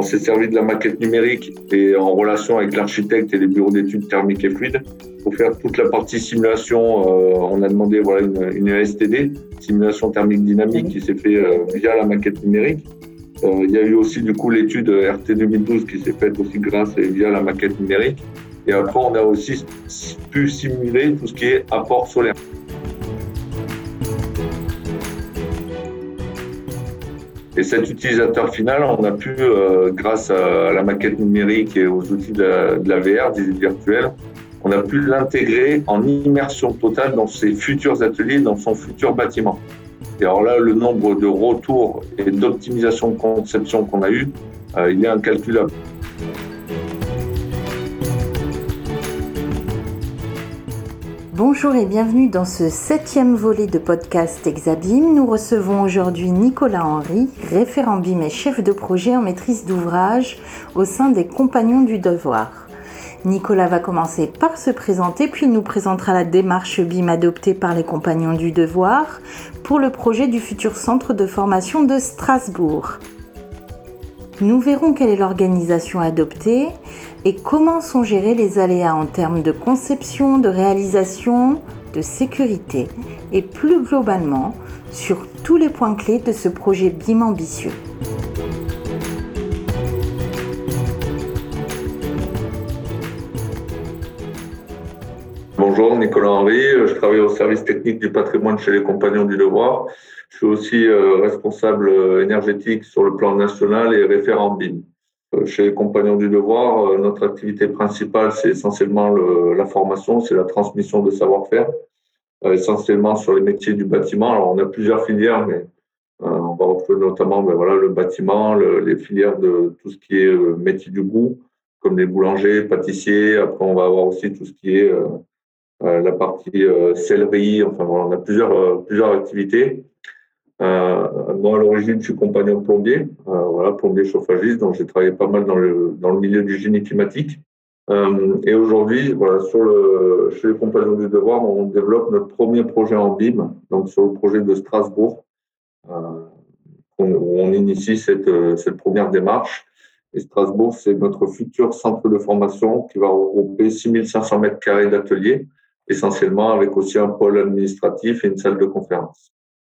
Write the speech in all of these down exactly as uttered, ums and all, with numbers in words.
s'est servi de la maquette numérique et en relation avec l'architecte et les bureaux d'études thermiques et fluides pour faire toute la partie simulation. Euh, on a demandé voilà, une, une E S T D, simulation thermique dynamique, qui s'est fait euh, via la maquette numérique. Euh, il y a eu aussi du coup l'étude R T deux mille douze qui s'est faite aussi grâce et via la maquette numérique. Et après, on a aussi pu simuler tout ce qui est apport solaire. Et cet utilisateur final, on a pu, euh, grâce à la maquette numérique et aux outils de la, de la V R, des virtuels, on a pu l'intégrer en immersion totale dans ses futurs ateliers, dans son futur bâtiment. Et alors là, le nombre de retours et d'optimisation de conception qu'on a eu, euh, il est incalculable. Bonjour et bienvenue dans ce septième volet de podcast Exabim. Nous recevons aujourd'hui Nicolas Henry, référent B I M et chef de projet en maîtrise d'ouvrage au sein des Compagnons du Devoir. Nicolas va commencer par se présenter, puis il nous présentera la démarche B I M adoptée par les Compagnons du Devoir pour le projet du futur centre de formation de Strasbourg. Nous verrons quelle est l'organisation adoptée et comment sont gérés les aléas en termes de conception, de réalisation, de sécurité et plus globalement sur tous les points clés de ce projet B I M ambitieux. Bonjour, Nicolas Henry, je travaille au service technique du patrimoine chez les Compagnons du Devoir. Je suis aussi euh, responsable énergétique sur le plan national et référent B I M. Euh, chez les Compagnons du Devoir, euh, notre activité principale, c'est essentiellement le, la formation, c'est la transmission de savoir-faire, euh, essentiellement sur les métiers du bâtiment. Alors, on a plusieurs filières, mais euh, on va retrouver notamment ben, voilà, le bâtiment, le, les filières de tout ce qui est euh, métier du goût, comme les boulangers, pâtissiers. Après, on va avoir aussi tout ce qui est euh, euh, la partie euh, sellerie. Enfin, voilà, on a plusieurs, euh, plusieurs activités. Euh, moi, à l'origine, je suis compagnon plombier, euh, voilà, plombier chauffagiste, donc j'ai travaillé pas mal dans le, dans le milieu du génie climatique. Euh, et aujourd'hui, voilà, sur le, chez les Compagnons du Devoir, on développe notre premier projet en B I M, donc sur le projet de Strasbourg, euh, où on initie cette, cette première démarche. Et Strasbourg, c'est notre futur centre de formation qui va regrouper six mille cinq cents mètres carrés d'ateliers, essentiellement avec aussi un pôle administratif et une salle de conférence.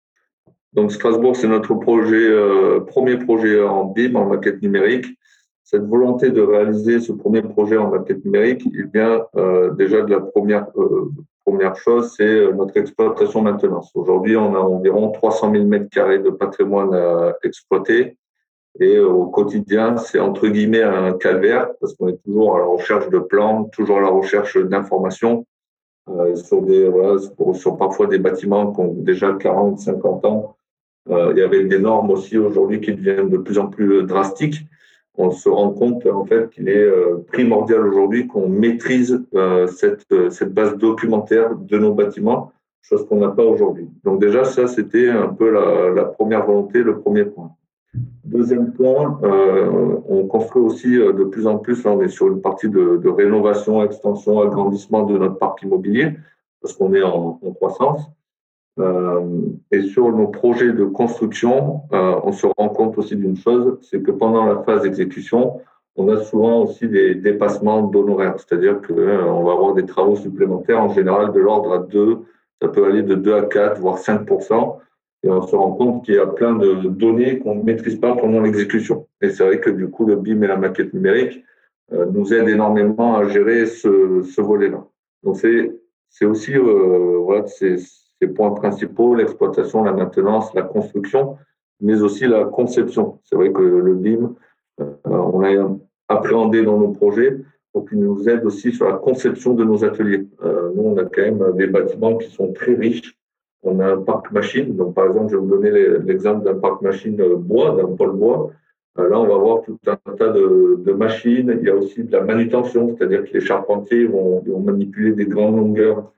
Donc Strasbourg, c'est notre projet, euh, premier projet en B I M, en maquette numérique. Cette volonté de réaliser ce premier projet en maquette numérique, il vient euh, déjà de la première, euh, première chose, c'est notre exploitation maintenance. Aujourd'hui, on a environ trois cent mille mètres carrés de patrimoine à exploiter. Et euh, au quotidien, c'est entre guillemets un calvaire, parce qu'on est toujours à la recherche de plans, toujours à la recherche d'informations, euh, sur, des, voilà, sur, sur parfois des bâtiments qui ont déjà quarante, cinquante ans. Euh, il y avait des normes aussi aujourd'hui qui deviennent de plus en plus drastiques. On se rend compte en fait qu'il est euh, primordial aujourd'hui qu'on maîtrise euh, cette, euh, cette base documentaire de nos bâtiments, chose qu'on n'a pas aujourd'hui. Donc déjà, ça, c'était un peu la, la première volonté, le premier point. Deuxième point, euh, on construit aussi euh, de plus en plus, là on est sur une partie de, de rénovation, extension, agrandissement de notre parc immobilier, parce qu'on est en, en croissance. Euh, et sur nos projets de construction, euh, on se rend compte aussi d'une chose, c'est que pendant la phase d'exécution, on a souvent aussi des dépassements d'honoraires, c'est-à-dire qu'on euh, va avoir des travaux supplémentaires, en général de l'ordre à deux, ça peut aller de deux à quatre, voire cinq pour cent, et on se rend compte qu'il y a plein de données qu'on ne maîtrise pas pendant l'exécution. Et c'est vrai que du coup, le B I M et la maquette numérique euh, nous aident énormément à gérer ce, ce volet-là. Donc c'est, c'est aussi, euh, voilà, c'est ces points principaux, l'exploitation, la maintenance, la construction, mais aussi la conception. C'est vrai que le B I M, euh, on l'a appréhendé dans nos projets pour qu'il nous aide aussi sur la conception de nos ateliers. Euh, nous, on a quand même des bâtiments qui sont très riches. On a un parc machine. Donc, par exemple, je vais vous donner l'exemple d'un parc machine bois, d'un pôle bois. Euh, là, on va voir tout un tas de, de machines. Il y a aussi de la manutention, c'est-à-dire que les charpentiers vont, vont manipuler des grandes longueurs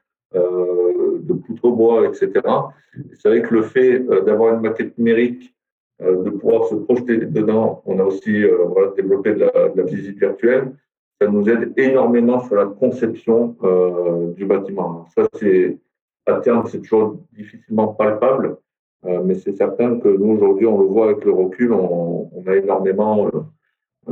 Euh, de poutres bois, et cetera. Et c'est vrai que le fait euh, d'avoir une maquette numérique, euh, de pouvoir se projeter dedans, on a aussi euh, voilà, développé de la, de la visite virtuelle, ça nous aide énormément sur la conception euh, du bâtiment. Alors ça, c'est, à terme, c'est toujours difficilement palpable, euh, mais c'est certain que nous, aujourd'hui, on le voit avec le recul, on, on a énormément euh,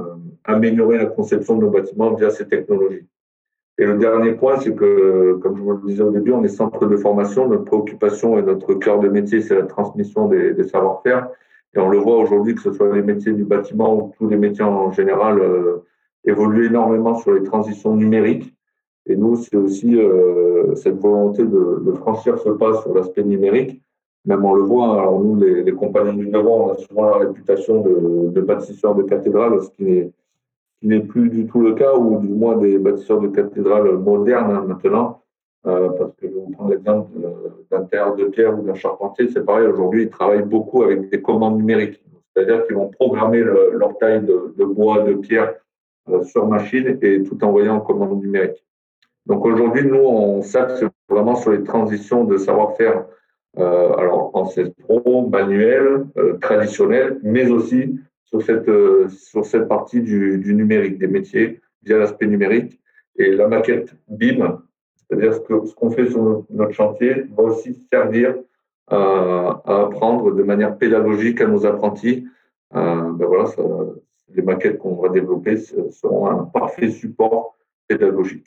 améliorer la conception de nos bâtiments via ces technologies. Et le dernier point, c'est que, comme je vous le disais au début, on est centre de formation. Notre préoccupation et notre cœur de métier, c'est la transmission des, des savoir-faire. Et on le voit aujourd'hui, que ce soit les métiers du bâtiment ou tous les métiers en général, euh, évoluent énormément sur les transitions numériques. Et nous, c'est aussi euh, cette volonté de, de franchir ce pas sur l'aspect numérique. Même on le voit, alors nous, les, les compagnons du devoir, on a souvent la réputation de, de bâtisseurs de cathédrales, ce qui n'est qui n'est plus du tout le cas, ou du moins des bâtisseurs de cathédrales modernes hein, maintenant, euh, parce que je vais vous prendre l'exemple d'un terre de pierre ou d'un charpentier, c'est pareil, aujourd'hui, ils travaillent beaucoup avec des commandes numériques, c'est-à-dire qu'ils vont programmer le, leur taille de, de bois, de pierre euh, sur machine et tout envoyer en commande numérique. Donc aujourd'hui, nous, on s'axe vraiment sur les transitions de savoir-faire, euh, alors ancestraux, manuels, euh, traditionnels, mais aussi sur cette, euh, sur cette partie du, du numérique, des métiers via l'aspect numérique. Et la maquette B I M, c'est-à-dire ce, que, ce qu'on fait sur notre, notre chantier, va aussi servir à, à apprendre de manière pédagogique à nos apprentis. Euh, ben voilà, ça, les maquettes qu'on va développer seront un parfait support pédagogique.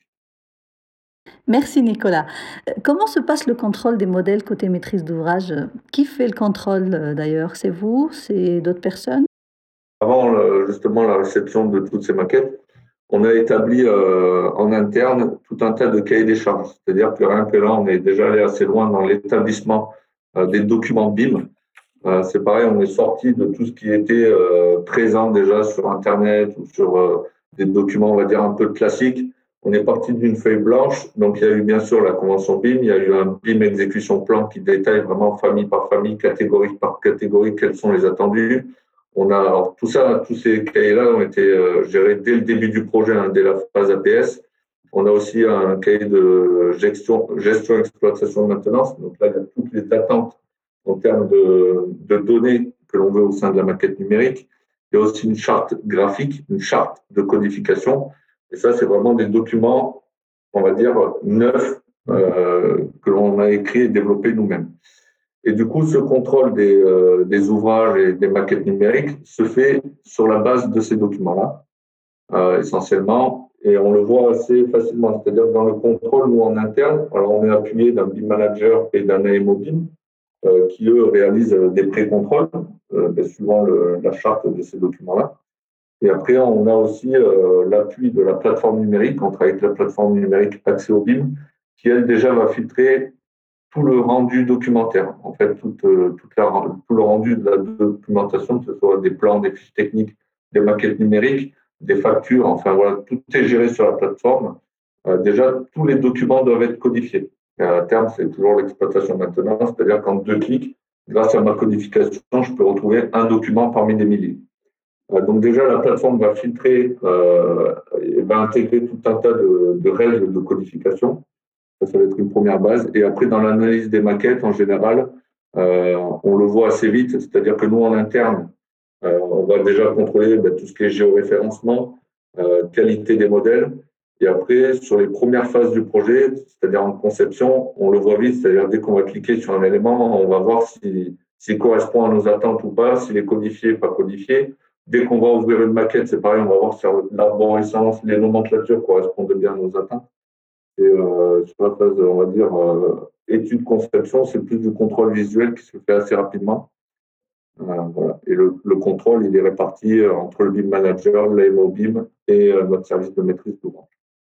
Merci Nicolas. Euh, Comment se passe le contrôle des modèles côté maîtrise d'ouvrage? Qui fait le contrôle euh, d'ailleurs? C'est vous? C'est d'autres personnes? Avant le- justement la réception de toutes ces maquettes, on a établi euh, en interne tout un tas de cahiers des charges. C'est-à-dire que rien que là, on est déjà allé assez loin dans l'établissement euh, des documents B I M. Euh, c'est pareil, on est sorti de tout ce qui était euh, présent déjà sur Internet ou sur euh, des documents, on va dire, un peu classiques. On est parti d'une feuille blanche. Donc, il y a eu bien sûr la convention B I M, il y a eu un B I M exécution plan qui détaille vraiment famille par famille, catégorie par catégorie, quels sont les attendus. On a alors, tout ça, tous ces cahiers-là ont été euh, gérés dès le début du projet, hein, dès la phase A P S. On a aussi un cahier de gestion, gestion exploitation de maintenance. Donc là, il y a toutes les attentes en termes de, de données que l'on veut au sein de la maquette numérique. Il y a aussi une charte graphique, une charte de codification. Et ça, c'est vraiment des documents, on va dire, neufs euh, que l'on a écrits et développés nous-mêmes. Et du coup, ce contrôle des, euh, des ouvrages et des maquettes numériques se fait sur la base de ces documents-là, euh, essentiellement, et on le voit assez facilement. C'est-à-dire que dans le contrôle, nous, en interne, alors on est appuyé d'un B I M manager et d'un A M O B I M, euh, qui, eux, réalisent des pré-contrôles, euh, suivant le, la charte de ces documents-là. Et après, on a aussi euh, l'appui de la plateforme numérique, on travaille avec la plateforme numérique Accès au B I M, qui, elle, déjà va filtrer tout le rendu documentaire. En fait, tout, euh, toute la, tout le rendu de la documentation, que ce soit des plans, des fiches techniques, des maquettes numériques, des factures, enfin voilà, tout est géré sur la plateforme. Euh, déjà, tous les documents doivent être codifiés. Et à terme, c'est toujours l'exploitation maintenant, c'est-à-dire qu'en deux clics, grâce à ma codification, je peux retrouver un document parmi des milliers. Euh, donc déjà, la plateforme va filtrer euh, et va intégrer tout un tas de, de règles de codification. Ça, ça va être une première base. Et après, dans l'analyse des maquettes, en général, euh, on le voit assez vite. C'est-à-dire que nous, en interne, euh, on va déjà contrôler ben, tout ce qui est géoréférencement, euh, qualité des modèles. Et après, sur les premières phases du projet, c'est-à-dire en conception, on le voit vite. C'est-à-dire dès qu'on va cliquer sur un élément, on va voir s'il si, si correspond à nos attentes ou pas, s'il est codifié, pas codifié. Dès qu'on va ouvrir une maquette, c'est pareil, on va voir si l'arborescence, les nomenclatures correspondent bien à nos attentes. Et euh, sur la phase, on va dire, euh, étude-conception, c'est plus du contrôle visuel qui se fait assez rapidement. Euh, voilà. Et le, le contrôle, il est réparti euh, entre le B I M manager, l'A M O B I M et euh, notre service de maîtrise d'ouvrage.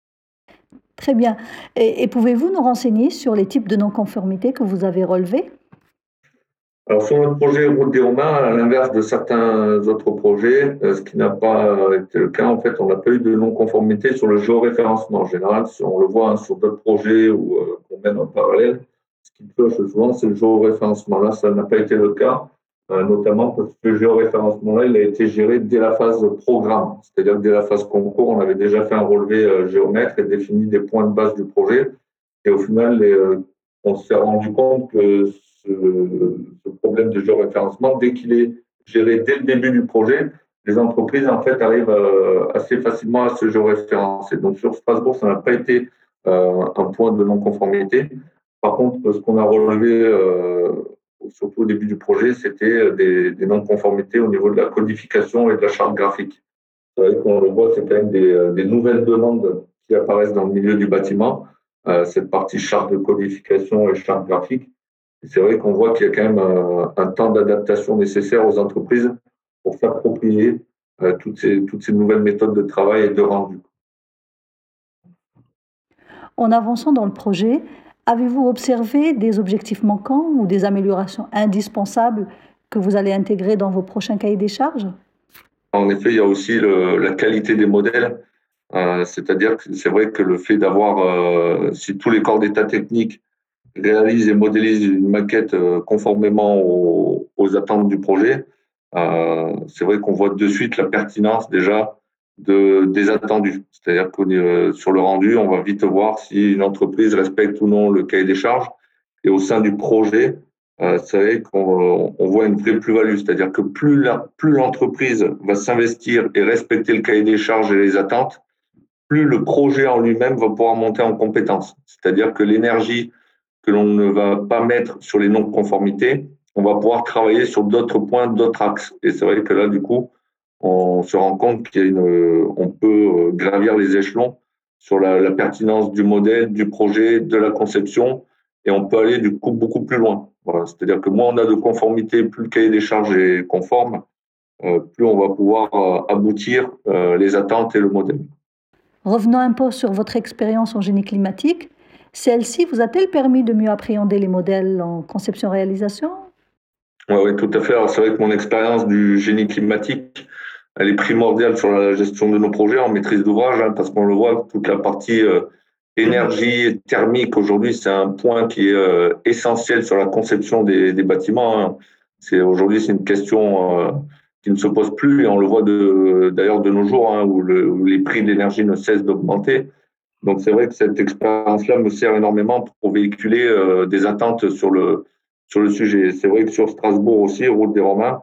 Très bien. Et, et pouvez-vous nous renseigner sur les types de non-conformités que vous avez relevés? Alors, sur notre projet Route des Romains, à l'inverse de certains autres projets, euh, ce qui n'a pas été le cas, en fait, on n'a pas eu de non-conformité sur le géoréférencement. En général, si on le voit hein, sur d'autres projets ou euh, qu'on mène en parallèle, ce qui cloche souvent, c'est le géoréférencement. Là, ça n'a pas été le cas, euh, notamment parce que le géoréférencement-là, il a été géré dès la phase programme. C'est-à-dire que dès la phase concours, on avait déjà fait un relevé euh, géomètre et défini des points de base du projet. Et au final, les, euh, on s'est rendu compte que ce, ce problème de géoréférencement, dès qu'il est géré dès le début du projet, les entreprises en fait arrivent euh, assez facilement à se géoréférencer. Donc sur Strasbourg, ça n'a pas été euh, un point de non-conformité. Par contre, ce qu'on a relevé, euh, surtout au début du projet, c'était des, des non-conformités au niveau de la codification et de la charte graphique. C'est vrai qu'on le voit, c'est quand même des, des nouvelles demandes qui apparaissent dans le milieu du bâtiment, euh, cette partie charte de codification et charte graphique. Et c'est vrai qu'on voit qu'il y a quand même un, un temps d'adaptation nécessaire aux entreprises pour s'approprier euh, toutes, ces, toutes ces nouvelles méthodes de travail et de rendu. En avançant dans le projet, avez-vous observé des objectifs manquants ou des améliorations indispensables que vous allez intégrer dans vos prochains cahiers des charges? En effet, il y a aussi le, la qualité des modèles, euh, c'est-à-dire que c'est vrai que le fait d'avoir, euh, si tous les corps d'état techniques réalisent et modélisent une maquette euh, conformément aux, aux attentes du projet, euh, c'est vrai qu'on voit de suite la pertinence déjà de, des attendus. C'est-à-dire que euh, sur le rendu, on va vite voir si une entreprise respecte ou non le cahier des charges. Et au sein du projet, euh, c'est vrai qu'on on voit une vraie plus-value. C'est-à-dire que plus, la, plus l'entreprise va s'investir et respecter le cahier des charges et les attentes, plus le projet en lui-même va pouvoir monter en compétence. C'est-à-dire que l'énergie que l'on ne va pas mettre sur les non-conformités, on va pouvoir travailler sur d'autres points, d'autres axes. Et c'est vrai que là, du coup, on se rend compte qu'on peut gravir les échelons sur la, la pertinence du modèle, du projet, de la conception, et on peut aller du coup beaucoup plus loin. Voilà. C'est-à-dire que moins on a de conformité, plus le cahier des charges est conforme, euh, plus on va pouvoir euh, aboutir euh, les attentes et le modèle. Revenons un peu sur votre expérience en génie climatique. Celle-ci vous a-t-elle permis de mieux appréhender les modèles en conception-réalisation? Oui, ouais, tout à fait. Alors, c'est vrai que mon expérience du génie climatique, elle est primordiale sur la gestion de nos projets en maîtrise d'ouvrage, hein, parce qu'on le voit, toute la partie euh, énergie thermique aujourd'hui, c'est un point qui est euh, essentiel sur la conception des, des bâtiments. Hein. C'est aujourd'hui, c'est une question euh, qui ne se pose plus, et on le voit de, d'ailleurs de nos jours, hein, où, le, où les prix de l'énergie ne cessent d'augmenter. Donc, c'est vrai que cette expérience-là me sert énormément pour véhiculer euh, des attentes sur le sur le sujet. C'est vrai que sur Strasbourg aussi, Route des Romains,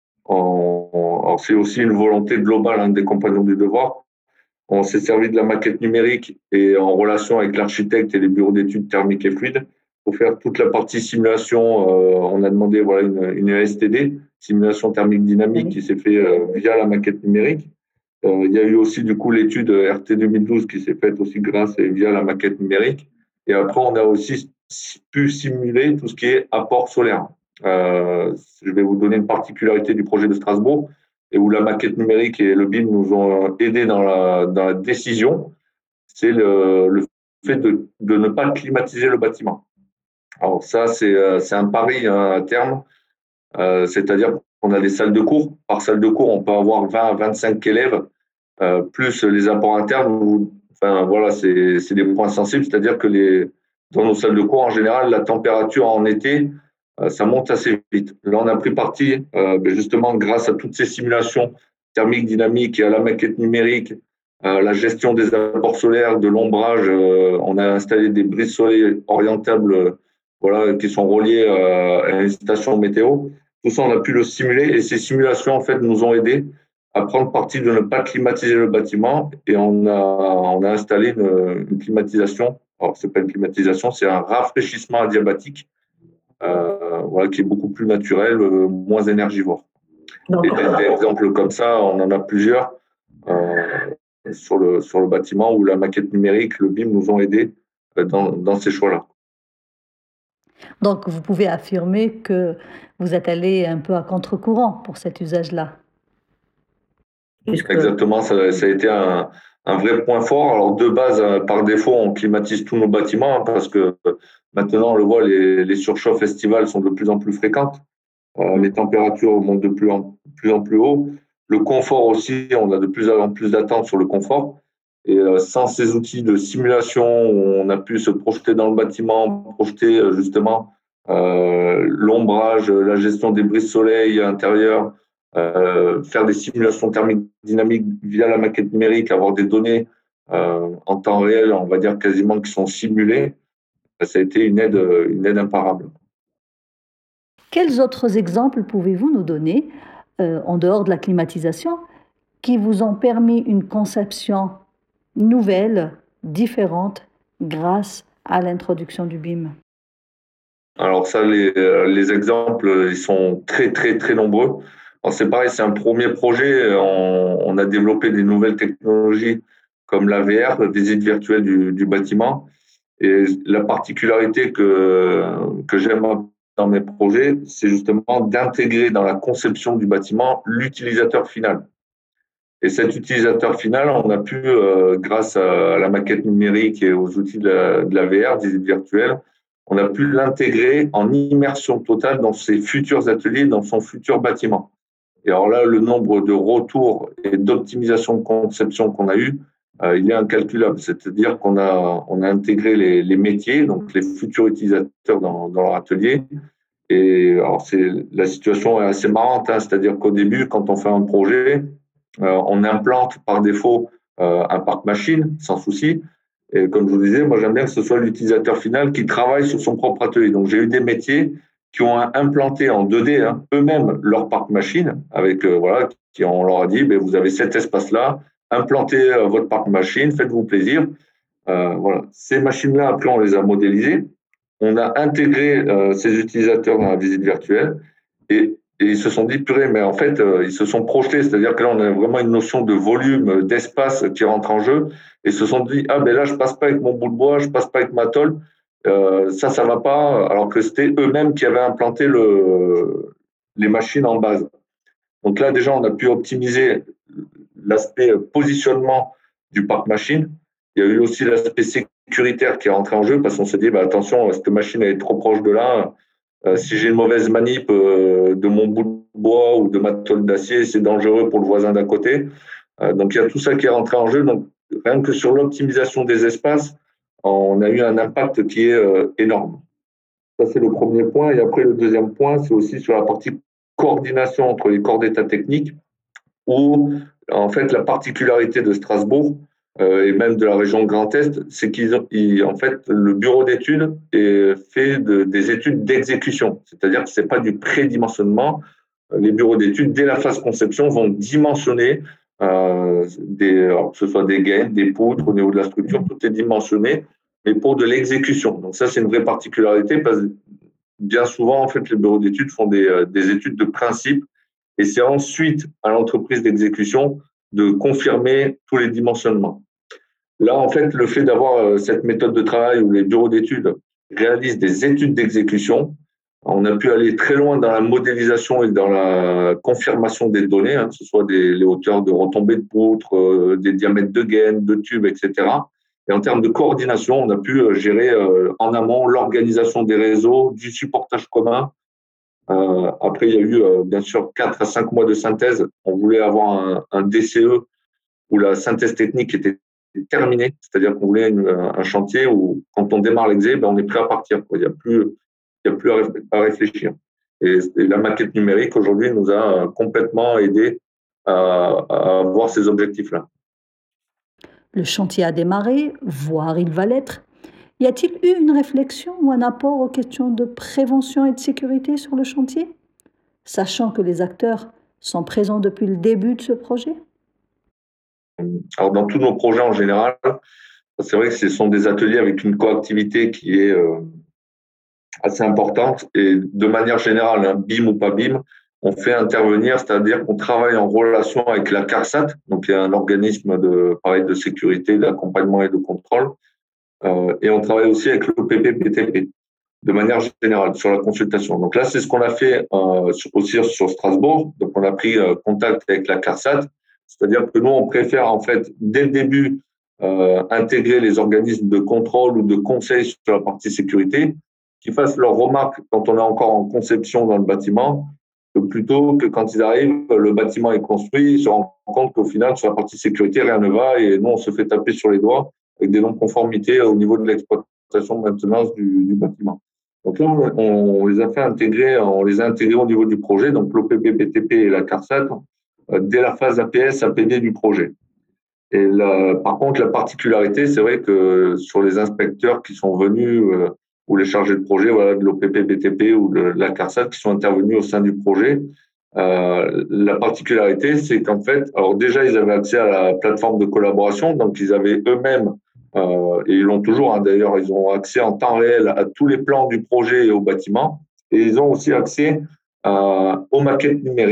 on, on, c'est aussi une volonté globale, hein, des compagnons du devoir. On s'est servi de la maquette numérique et en relation avec l'architecte et les bureaux d'études thermiques et fluides pour faire toute la partie simulation. Euh, on a demandé voilà, une, une E S T D, simulation thermique dynamique, qui s'est fait euh, via la maquette numérique. Euh, il y a eu aussi du coup l'étude R T deux mille douze qui s'est faite aussi grâce et via la maquette numérique. Et après, on a aussi pu simuler tout ce qui est apport solaire. Euh, je vais vous donner une particularité du projet de Strasbourg et où la maquette numérique et le B I M nous ont aidés dans la, dans la décision, c'est le, le fait de, de ne pas climatiser le bâtiment. Alors ça, c'est, c'est un pari hein, à terme, euh, c'est-à-dire qu'on a des salles de cours. Par salle de cours, on peut avoir vingt à vingt-cinq élèves, euh, plus les apports internes. Où, enfin, voilà, c'est, c'est des points sensibles, c'est-à-dire que les, dans nos salles de cours, en général, la température en été, euh, ça monte assez vite. Là, on a pris parti, euh, justement, grâce à toutes ces simulations thermiques, dynamiques et à la maquette numérique, euh, la gestion des apports solaires, de l'ombrage. Euh, on a installé des brises soleil orientables, euh, voilà, qui sont reliées euh, à une station météo. Tout ça, on a pu le simuler et ces simulations, en fait, nous ont aidés à prendre parti de ne pas climatiser le bâtiment et on a, on a installé une, une climatisation. Alors, ce n'est pas une climatisation, c'est un rafraîchissement adiabatique euh, voilà, qui est beaucoup plus naturel, euh, moins énergivore. Et des, des exemples comme ça, on en a plusieurs euh, sur, le, sur le bâtiment où la maquette numérique, le B I M nous ont aidés dans, dans ces choix-là. Donc, vous pouvez affirmer que vous êtes allé un peu à contre-courant pour cet usage-là. Exactement, ça, ça a été un, un vrai point fort. Alors, de base, par défaut, on climatise tous nos bâtiments hein, parce que maintenant, on le voit, les, les surchauffes estivales sont de plus en plus fréquentes. Euh, les températures montent de plus en plus, en plus haut. Le confort aussi, on a de plus en plus d'attentes sur le confort. Et euh, sans ces outils de simulation où on a pu se projeter dans le bâtiment, projeter euh, justement euh, l'ombrage, la gestion des brises soleil intérieures, euh, faire des simulations thermiques dynamiques via la maquette numérique, avoir des données euh, en temps réel, on va dire quasiment qui sont simulées, ça a été une aide, une aide imparable. Quels autres exemples pouvez-vous nous donner, euh, en dehors de la climatisation, qui vous ont permis une conception nouvelle, différente, grâce à l'introduction du B I M? Alors ça, les, les exemples, ils sont très, très, très nombreux. Alors, c'est pareil, c'est un premier projet. On, on a développé des nouvelles technologies comme la V R, la visite virtuelle du, du bâtiment. Et la particularité que, que j'aime dans mes projets, c'est justement d'intégrer dans la conception du bâtiment l'utilisateur final. Et cet utilisateur final, on a pu, euh, grâce à la maquette numérique et aux outils de la, de la V R, visite virtuelle, on a pu l'intégrer en immersion totale dans ses futurs ateliers, dans son futur bâtiment. Et alors là, le nombre de retours et d'optimisation de conception qu'on a eu, euh, il est incalculable. C'est-à-dire qu'on a, on a intégré les, les métiers, donc les futurs utilisateurs dans, dans leur atelier. Et alors, c'est, la situation est assez marrante, hein, c'est-à-dire qu'au début, quand on fait un projet, euh, on implante par défaut euh, un parc machine, sans souci. Et comme je vous disais, moi, j'aime bien que ce soit l'utilisateur final qui travaille sur son propre atelier. Donc, j'ai eu des métiers qui ont implanté en deux D hein, eux-mêmes leur parc machine, avec euh, voilà, qui on leur a dit, ben, vous avez cet espace-là, implantez euh, votre parc machine, faites-vous plaisir. Euh, voilà. Ces machines-là, après, on les a modélisées. On a intégré euh, ces utilisateurs dans la visite virtuelle et, et ils se sont dit, purée, mais en fait, euh, ils se sont projetés, c'est-à-dire que là, on a vraiment une notion de volume, d'espace qui rentre en jeu et se sont dit, ah ben là, je passe pas avec mon bout de bois, je passe pas avec ma tôle, euh, ça, ça va pas, alors que c'était eux-mêmes qui avaient implanté le, les machines en base. Donc là, déjà, on a pu optimiser l'aspect positionnement du parc machine. Il y a eu aussi l'aspect sécuritaire qui est rentré en jeu parce qu'on s'est dit, bah, attention, cette machine elle est trop proche de là. Euh, si j'ai une mauvaise manip euh, de mon bout de bois ou de ma tôle d'acier, c'est dangereux pour le voisin d'à côté. Euh, donc, il y a tout ça qui est rentré en jeu. Donc, rien que sur l'optimisation des espaces, on a eu un impact qui est euh, énorme. Ça, c'est le premier point. Et après, le deuxième point, c'est aussi sur la partie coordination entre les corps d'état techniques où, en fait, la particularité de Strasbourg euh, et même de la région Grand Est, c'est qu'ils ont, ils, en fait, le bureau d'études est fait de, des études d'exécution. C'est-à-dire que c'est pas du prédimensionnement. Les bureaux d'études, dès la phase conception, vont dimensionner euh, des, alors que ce soit des gaines, des poutres, au niveau de la structure, tout est dimensionné, mais pour de l'exécution. Donc ça, c'est une vraie particularité parce que bien souvent, en fait, les bureaux d'études font des, des études de principe et c'est ensuite à l'entreprise d'exécution de confirmer tous les dimensionnements. Là, en fait, le fait d'avoir cette méthode de travail où les bureaux d'études réalisent des études d'exécution, on a pu aller très loin dans la modélisation et dans la confirmation des données, hein, que ce soit des, les hauteurs de retombées de poutres, euh, des diamètres de gaines, de tubes, et cetera. Et en termes de coordination, on a pu gérer euh, en amont l'organisation des réseaux, du supportage commun. Euh, après, il y a eu euh, bien sûr quatre à cinq mois de synthèse. On voulait avoir un, un D C E où la synthèse technique était terminée, c'est-à-dire qu'on voulait une, un chantier où, quand on démarre l'exé, ben, on est prêt à partir, quoi. Il n'y a plus, il y a plus à réfléchir. Et, et la maquette numérique aujourd'hui nous a complètement aidé à, à avoir ces objectifs-là. Le chantier a démarré, voire il va l'être. Y a-t-il eu une réflexion ou un apport aux questions de prévention et de sécurité sur le chantier, sachant que les acteurs sont présents depuis le début de ce projet? Alors, dans tous nos projets en général, c'est vrai que ce sont des ateliers avec une coactivité qui est euh, assez importante et de manière générale, hein, B I M ou pas B I M, on fait intervenir, c'est-à-dire qu'on travaille en relation avec la CARSAT, donc il y a un organisme de, pareil, de sécurité, d'accompagnement et de contrôle, euh, et on travaille aussi avec l'O P P B T P de manière générale sur la consultation. Donc là, c'est ce qu'on a fait euh, sur, aussi sur Strasbourg. Donc on a pris euh, contact avec la CARSAT, c'est-à-dire que nous, on préfère en fait dès le début euh, intégrer les organismes de contrôle ou de conseil sur la partie sécurité, qui fassent leurs remarques quand on est encore en conception dans le bâtiment, plutôt que quand ils arrivent, le bâtiment est construit, ils se rendent compte qu'au final, sur la partie sécurité, rien ne va et nous, on se fait taper sur les doigts avec des non-conformités au niveau de l'exploitation de maintenance du, du bâtiment. Donc là, on, on les a fait intégrer, on les a intégrés au niveau du projet, donc l'O P P B T P et la CARSAT, euh, dès la phase A P S, A P D du projet. Et là, par contre, la particularité, c'est vrai que sur les inspecteurs qui sont venus, euh, ou les chargés de projet, voilà, de l'O P P B T P ou de la CARSAT qui sont intervenus au sein du projet, euh, la particularité, c'est qu'en fait, alors déjà, ils avaient accès à la plateforme de collaboration, donc ils avaient eux-mêmes, euh, et ils l'ont toujours, hein, d'ailleurs, ils ont accès en temps réel à tous les plans du projet et au bâtiment, et ils ont aussi accès euh, aux maquettes numériques,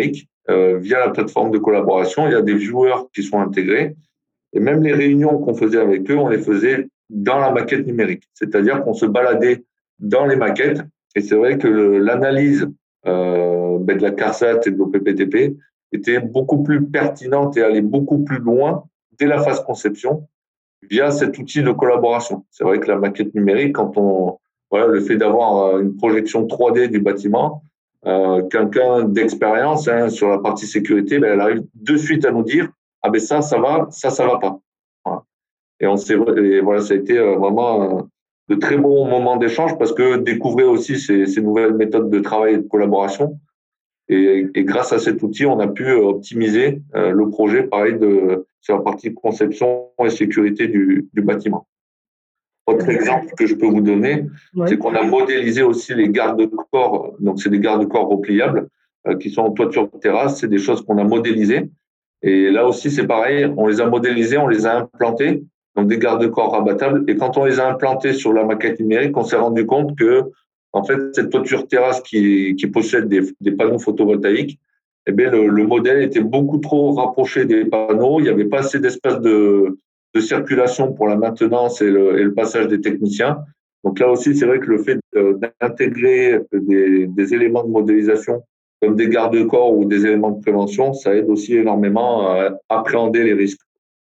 euh, via la plateforme de collaboration. Il y a des viewers qui sont intégrés. Et même les réunions qu'on faisait avec eux, on les faisait dans la maquette numérique. C'est-à-dire qu'on se baladait dans les maquettes. Et c'est vrai que l'analyse euh, ben de la CARSAT et de l'O P P T P était beaucoup plus pertinente et allait beaucoup plus loin dès la phase conception via cet outil de collaboration. C'est vrai que la maquette numérique, quand on, voilà, le fait d'avoir une projection trois D du bâtiment, euh, quelqu'un d'expérience hein, sur la partie sécurité, ben, elle arrive de suite à nous dire ah ben ça, ça va, ça, ça va pas. Voilà. Et on s'est, et voilà, ça a été vraiment de très bons moments d'échange parce que découvrir aussi ces, ces nouvelles méthodes de travail et de collaboration. Et, et grâce à cet outil, on a pu optimiser euh, le projet, pareil, de, sur la partie conception et sécurité du, du bâtiment. Autre exemple que je peux vous donner, ouais. c'est qu'on a modélisé aussi les garde-corps. Donc, c'est des garde-corps repliables euh, qui sont en toiture de terrasse. C'est des choses qu'on a modélisées. Et là aussi, c'est pareil. On les a modélisés, on les a implantés. Donc, des garde-corps rabattables. Et quand on les a implantés sur la maquette numérique, on s'est rendu compte que, en fait, cette toiture terrasse qui, qui possède des, des panneaux photovoltaïques, eh bien, le, le modèle était beaucoup trop rapproché des panneaux. Il n'y avait pas assez d'espace de, de circulation pour la maintenance et le, et le passage des techniciens. Donc là aussi, c'est vrai que le fait d'intégrer des, des éléments de modélisation comme des garde-corps ou des éléments de prévention, ça aide aussi énormément à appréhender les risques.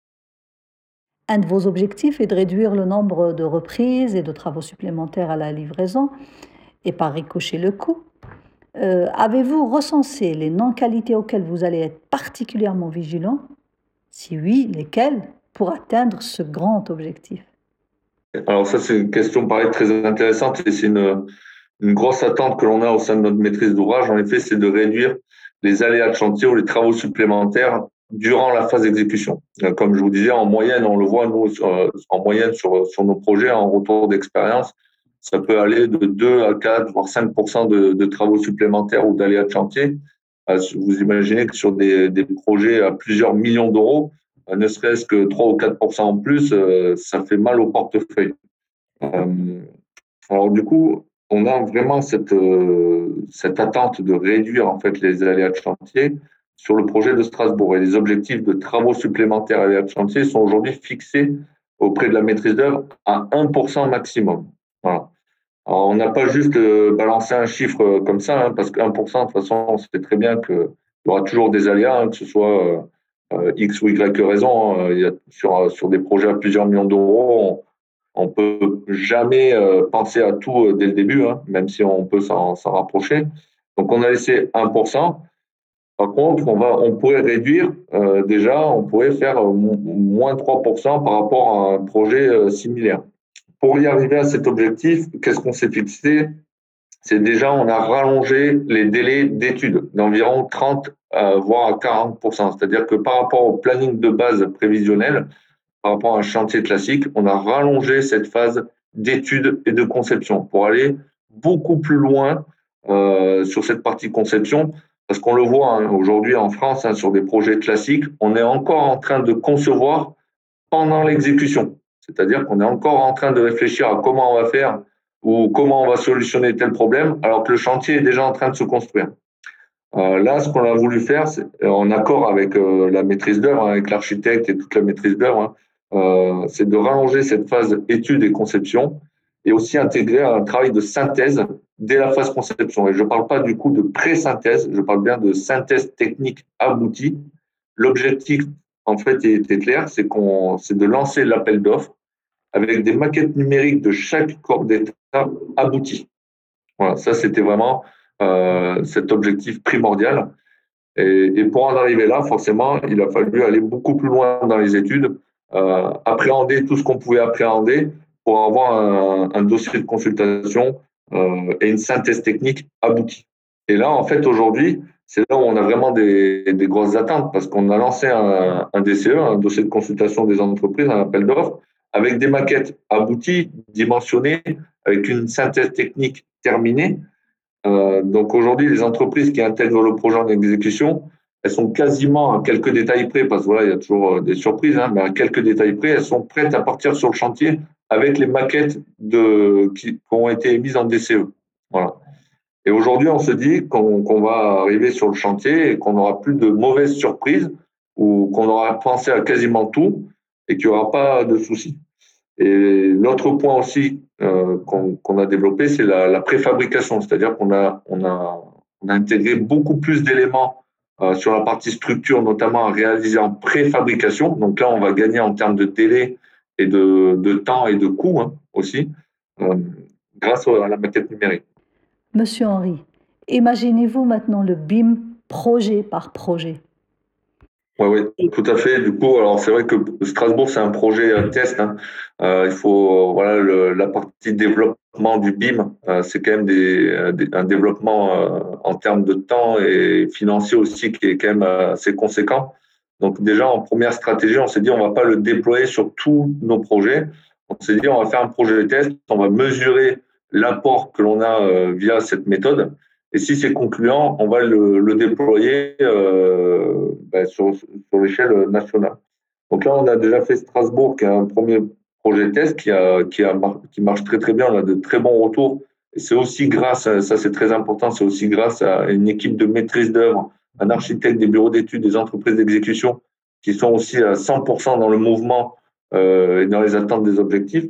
Un de vos objectifs est de réduire le nombre de reprises et de travaux supplémentaires à la livraison et par ricochet le coût. Euh, avez-vous recensé les non-qualités auxquelles vous allez être particulièrement vigilant? Si oui, lesquelles pour atteindre ce grand objectif? Alors ça, c'est une question pareil très intéressante et c'est une, une grosse attente que l'on a au sein de notre maîtrise d'ouvrage. En effet, c'est de réduire les aléas de chantier ou les travaux supplémentaires durant la phase d'exécution. Comme je vous disais, en moyenne, on le voit, nous, en moyenne sur, sur nos projets, en retour d'expérience, ça peut aller de deux à quatre, voire cinq pour cent de, de travaux supplémentaires ou d'aléas de chantier. Vous imaginez que sur des, des projets à plusieurs millions d'euros, ne serait-ce que trois ou quatre pour cent en plus, ça fait mal au portefeuille. Alors du coup, on a vraiment cette, cette attente de réduire en fait les aléas de chantier sur le projet de Strasbourg. Et les objectifs de travaux supplémentaires à aléas de chantier sont aujourd'hui fixés auprès de la maîtrise d'œuvre à un pour cent maximum. Voilà. Alors, on n'a pas juste balancé un chiffre comme ça, hein, parce que un pour cent, de toute façon, on sait très bien qu'il y aura toujours des aléas, hein, que ce soit euh, X ou Y raison. Hein, il y a, sur, sur des projets à plusieurs millions d'euros, on ne peut jamais euh, penser à tout euh, dès le début, hein, même si on peut s'en, s'en rapprocher. Donc, on a laissé un pour cent. Par contre, on, va, on pourrait réduire, euh, déjà, on pourrait faire euh, moins trois pour cent par rapport à un projet euh, similaire. Pour y arriver à cet objectif, qu'est-ce qu'on s'est fixé? C'est déjà, on a rallongé les délais d'études d'environ trente, euh, voire à quarante pour cent. C'est-à-dire que par rapport au planning de base prévisionnel, par rapport à un chantier classique, on a rallongé cette phase d'études et de conception pour aller beaucoup plus loin euh, sur cette partie conception. Parce qu'on le voit hein, aujourd'hui en France, hein, sur des projets classiques, on est encore en train de concevoir pendant l'exécution. C'est-à-dire qu'on est encore en train de réfléchir à comment on va faire ou comment on va solutionner tel problème, alors que le chantier est déjà en train de se construire. Euh, là, ce qu'on a voulu faire, c'est, en accord avec euh, la maîtrise d'œuvre, hein, avec l'architecte et toute la maîtrise d'œuvre, hein, euh, c'est de rallonger cette phase étude et conception et aussi intégrer un travail de synthèse dès la phase conception. Et je ne parle pas du coup de pré-synthèse, je parle bien de synthèse technique aboutie. L'objectif, en fait, était clair, c'est, qu'on, c'est de lancer l'appel d'offres avec des maquettes numériques de chaque corps d'État abouti. Voilà, ça, c'était vraiment euh, cet objectif primordial. Et, et pour en arriver là, forcément, il a fallu aller beaucoup plus loin dans les études, euh, appréhender tout ce qu'on pouvait appréhender pour avoir un, un dossier de consultation euh, et une synthèse technique aboutie. Et là, en fait, aujourd'hui, c'est là où on a vraiment des, des grosses attentes parce qu'on a lancé un, un D C E, un dossier de consultation des entreprises, un appel d'offres, avec des maquettes abouties, dimensionnées, avec une synthèse technique terminée. Euh, donc aujourd'hui, les entreprises qui intègrent le projet en exécution, elles sont quasiment à quelques détails près, parce que voilà, il y a toujours des surprises, hein, mais à quelques détails près, elles sont prêtes à partir sur le chantier avec les maquettes de, qui, qui ont été émises en D C E. Voilà. Et aujourd'hui, on se dit qu'on, qu'on va arriver sur le chantier et qu'on n'aura plus de mauvaises surprises ou qu'on aura pensé à quasiment tout et qu'il n'y aura pas de soucis. Et l'autre point aussi euh, qu'on, qu'on a développé, c'est la, la préfabrication, c'est-à-dire qu'on a, on a, on a intégré beaucoup plus d'éléments euh, sur la partie structure, notamment à réaliser en préfabrication. Donc là, on va gagner en termes de délai et de, de temps et de coût hein, aussi, euh, grâce à la maquette numérique. Monsieur Henry, imaginez-vous maintenant le B I M projet par projet. Oui, oui, tout à fait. Du coup, alors c'est vrai que Strasbourg, c'est un projet euh, test. Hein. Euh, il faut, euh, voilà, le, la partie développement du B I M, euh, c'est quand même des, des, un développement euh, en termes de temps et financier aussi qui est quand même euh, assez conséquent. Donc déjà, en première stratégie, on s'est dit on va pas le déployer sur tous nos projets. On s'est dit on va faire un projet test, on va mesurer l'apport que l'on a euh, via cette méthode. Et si c'est concluant, on va le, le déployer euh, ben, sur, sur l'échelle nationale. Donc là, on a déjà fait Strasbourg, qui est un premier projet test qui, a, qui, a, qui marche très très bien. On a de très bons retours. Et c'est aussi grâce, ça c'est très important, c'est aussi grâce à une équipe de maîtrise d'œuvre, un architecte, des bureaux d'études, des entreprises d'exécution qui sont aussi à cent pour cent dans le mouvement euh, et dans les attentes des objectifs.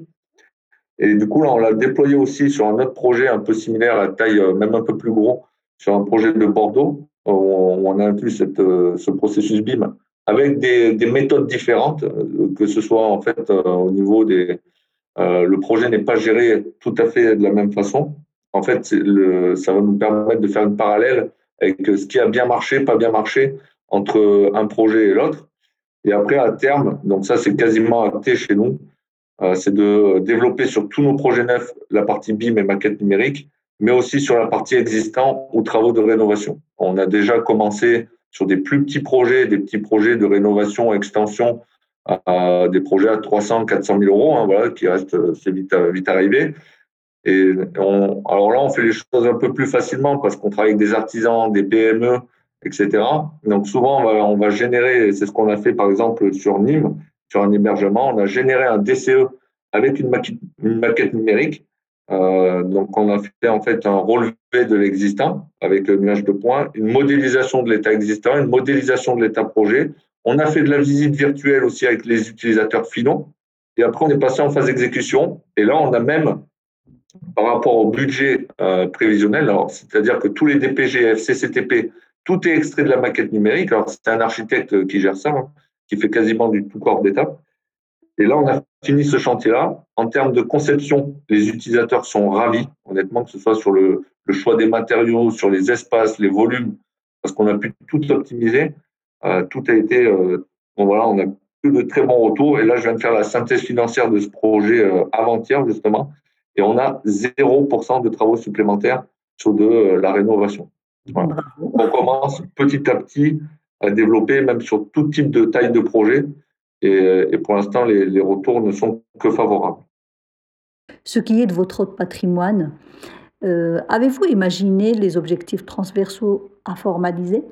Et du coup, là, on l'a déployé aussi sur un autre projet un peu similaire, à taille euh, même un peu plus gros, sur un projet de Bordeaux, où on a inclus cette, euh, ce processus B I M avec des, des méthodes différentes, euh, que ce soit en fait euh, au niveau des... Euh, le projet n'est pas géré tout à fait de la même façon. En fait, le, ça va nous permettre de faire une parallèle avec ce qui a bien marché, pas bien marché entre un projet et l'autre. Et après, à terme, donc ça, c'est quasiment acté chez nous, euh, c'est de développer sur tous nos projets neufs la partie B I M et maquette numérique, mais aussi sur la partie existante ou travaux de rénovation. On a déjà commencé sur des plus petits projets, des petits projets de rénovation, extension, à des projets à trois cents, quatre cent mille euros, hein, voilà, qui restent, c'est vite, vite arrivé. Et on, alors là, on fait les choses un peu plus facilement parce qu'on travaille avec des artisans, des P M E, et cetera. Donc souvent, on va, on va générer, c'est ce qu'on a fait par exemple sur Nîmes, sur un hébergement, on a généré un D C E avec une maquette, une maquette numérique. Euh, donc on a fait en fait un relevé de l'existant avec le nuage de points, une modélisation de l'état existant, une modélisation de l'état projet. On a fait de la visite virtuelle aussi avec les utilisateurs finaux. Et après, on est passé en phase d'exécution. Et là, on a même par rapport au budget euh, prévisionnel, alors, c'est-à-dire que tous les D P G F, C C T P, tout est extrait de la maquette numérique. Alors, c'est un architecte qui gère ça, hein, qui fait quasiment du tout corps d'étape. Et là, on a fini ce chantier-là. En termes de conception, les utilisateurs sont ravis, honnêtement, que ce soit sur le, le choix des matériaux, sur les espaces, les volumes, parce qu'on a pu tout optimiser. Euh, tout a été, euh, bon voilà, on a eu de très bons retours. Et là, je viens de faire la synthèse financière de ce projet euh, avant-hier, justement. Et on a zéro pour cent de travaux supplémentaires sur de euh, la rénovation. Voilà. On commence petit à petit à développer, même sur tout type de taille de projet. Et, et pour l'instant, les, les retours ne sont que favorables. Ce qui est de votre patrimoine, euh, avez-vous imaginé les objectifs transversaux à formaliser?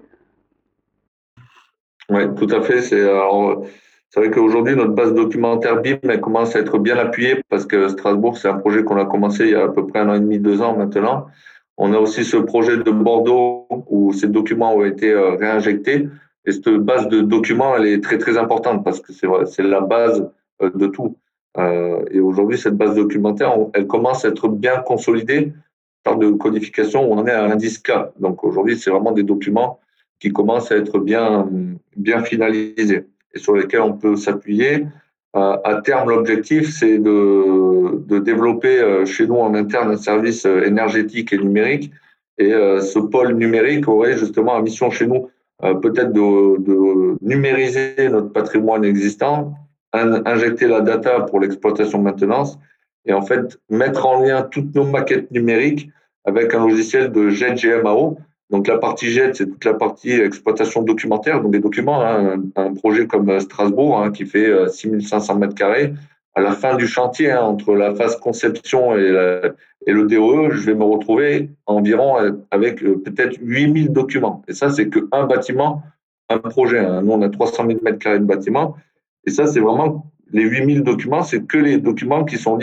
Oui, tout à fait. C'est, alors, c'est vrai qu'aujourd'hui, notre base documentaire B I M elle commence à être bien appuyée parce que Strasbourg, c'est un projet qu'on a commencé il y a à peu près un an et demi, deux ans maintenant. On a aussi ce projet de Bordeaux où ces documents ont été euh, réinjectés. Et cette base de documents, elle est très, très importante parce que c'est, c'est la base euh, de tout. Euh, et aujourd'hui, cette base documentaire, on, elle commence à être bien consolidée par de codification où on en est à l'indice K. Donc aujourd'hui, c'est vraiment des documents qui commencent à être bien, bien finalisés et sur lesquels on peut s'appuyer. Euh, à terme, l'objectif, c'est de, de développer euh, chez nous en interne un service euh, énergétique et numérique. Et euh, ce pôle numérique aurait justement la mission chez nous euh, peut-être de, de numériser notre patrimoine existant, in, injecter la data pour l'exploitation maintenance et en fait mettre en lien toutes nos maquettes numériques avec un logiciel de Jet G M A O. Donc la partie Jet, c'est toute la partie exploitation documentaire, donc des documents. Hein, un, un projet comme Strasbourg hein, qui fait euh, six mille cinq cents mètres carrés, à la fin du chantier, hein, entre la phase conception et, la, et le D O E, je vais me retrouver environ avec euh, peut-être huit mille documents. Et ça, c'est qu'un bâtiment, un projet. Hein. Nous, on a trois cent mille mètres carrés de bâtiment. Et ça, c'est vraiment les huit mille documents, c'est que les documents qui sont liés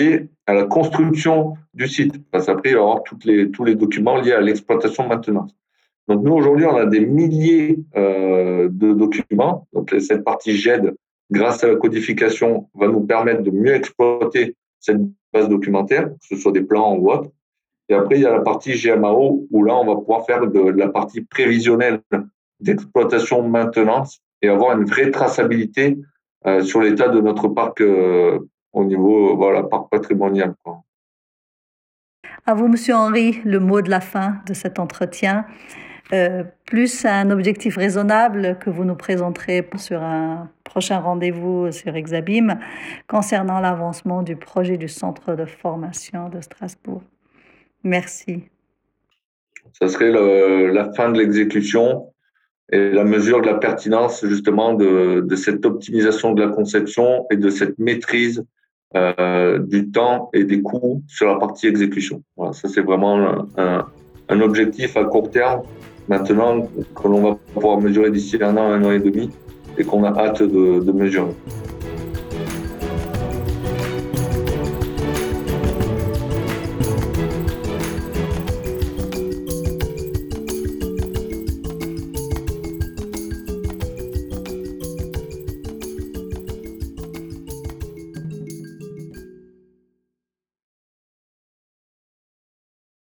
à la construction du site. Parce qu'après, il va y avoir toutes les, tous les documents liés à l'exploitation maintenance. Donc, nous, aujourd'hui, on a des milliers euh, de documents. Donc, cette partie G E D, grâce à la codification, va nous permettre de mieux exploiter cette base documentaire, que ce soit des plans ou autre. Et après, il y a la partie G M A O, où là, on va pouvoir faire de, de la partie prévisionnelle d'exploitation maintenance et avoir une vraie traçabilité euh, sur l'état de notre parc euh, au niveau voilà, parc patrimonial, quoi. À vous, Monsieur Henry, le mot de la fin de cet entretien. Euh, plus un objectif raisonnable que vous nous présenterez sur un prochain rendez-vous sur Exabim concernant l'avancement du projet du centre de formation de Strasbourg. Merci. Ça serait le, la fin de l'exécution et la mesure de la pertinence justement de, de cette optimisation de la conception et de cette maîtrise euh, du temps et des coûts sur la partie exécution. Voilà, ça c'est vraiment un, un objectif à court terme maintenant que l'on va pouvoir mesurer d'ici un an, un an et demi et qu'on a hâte de, de mesurer.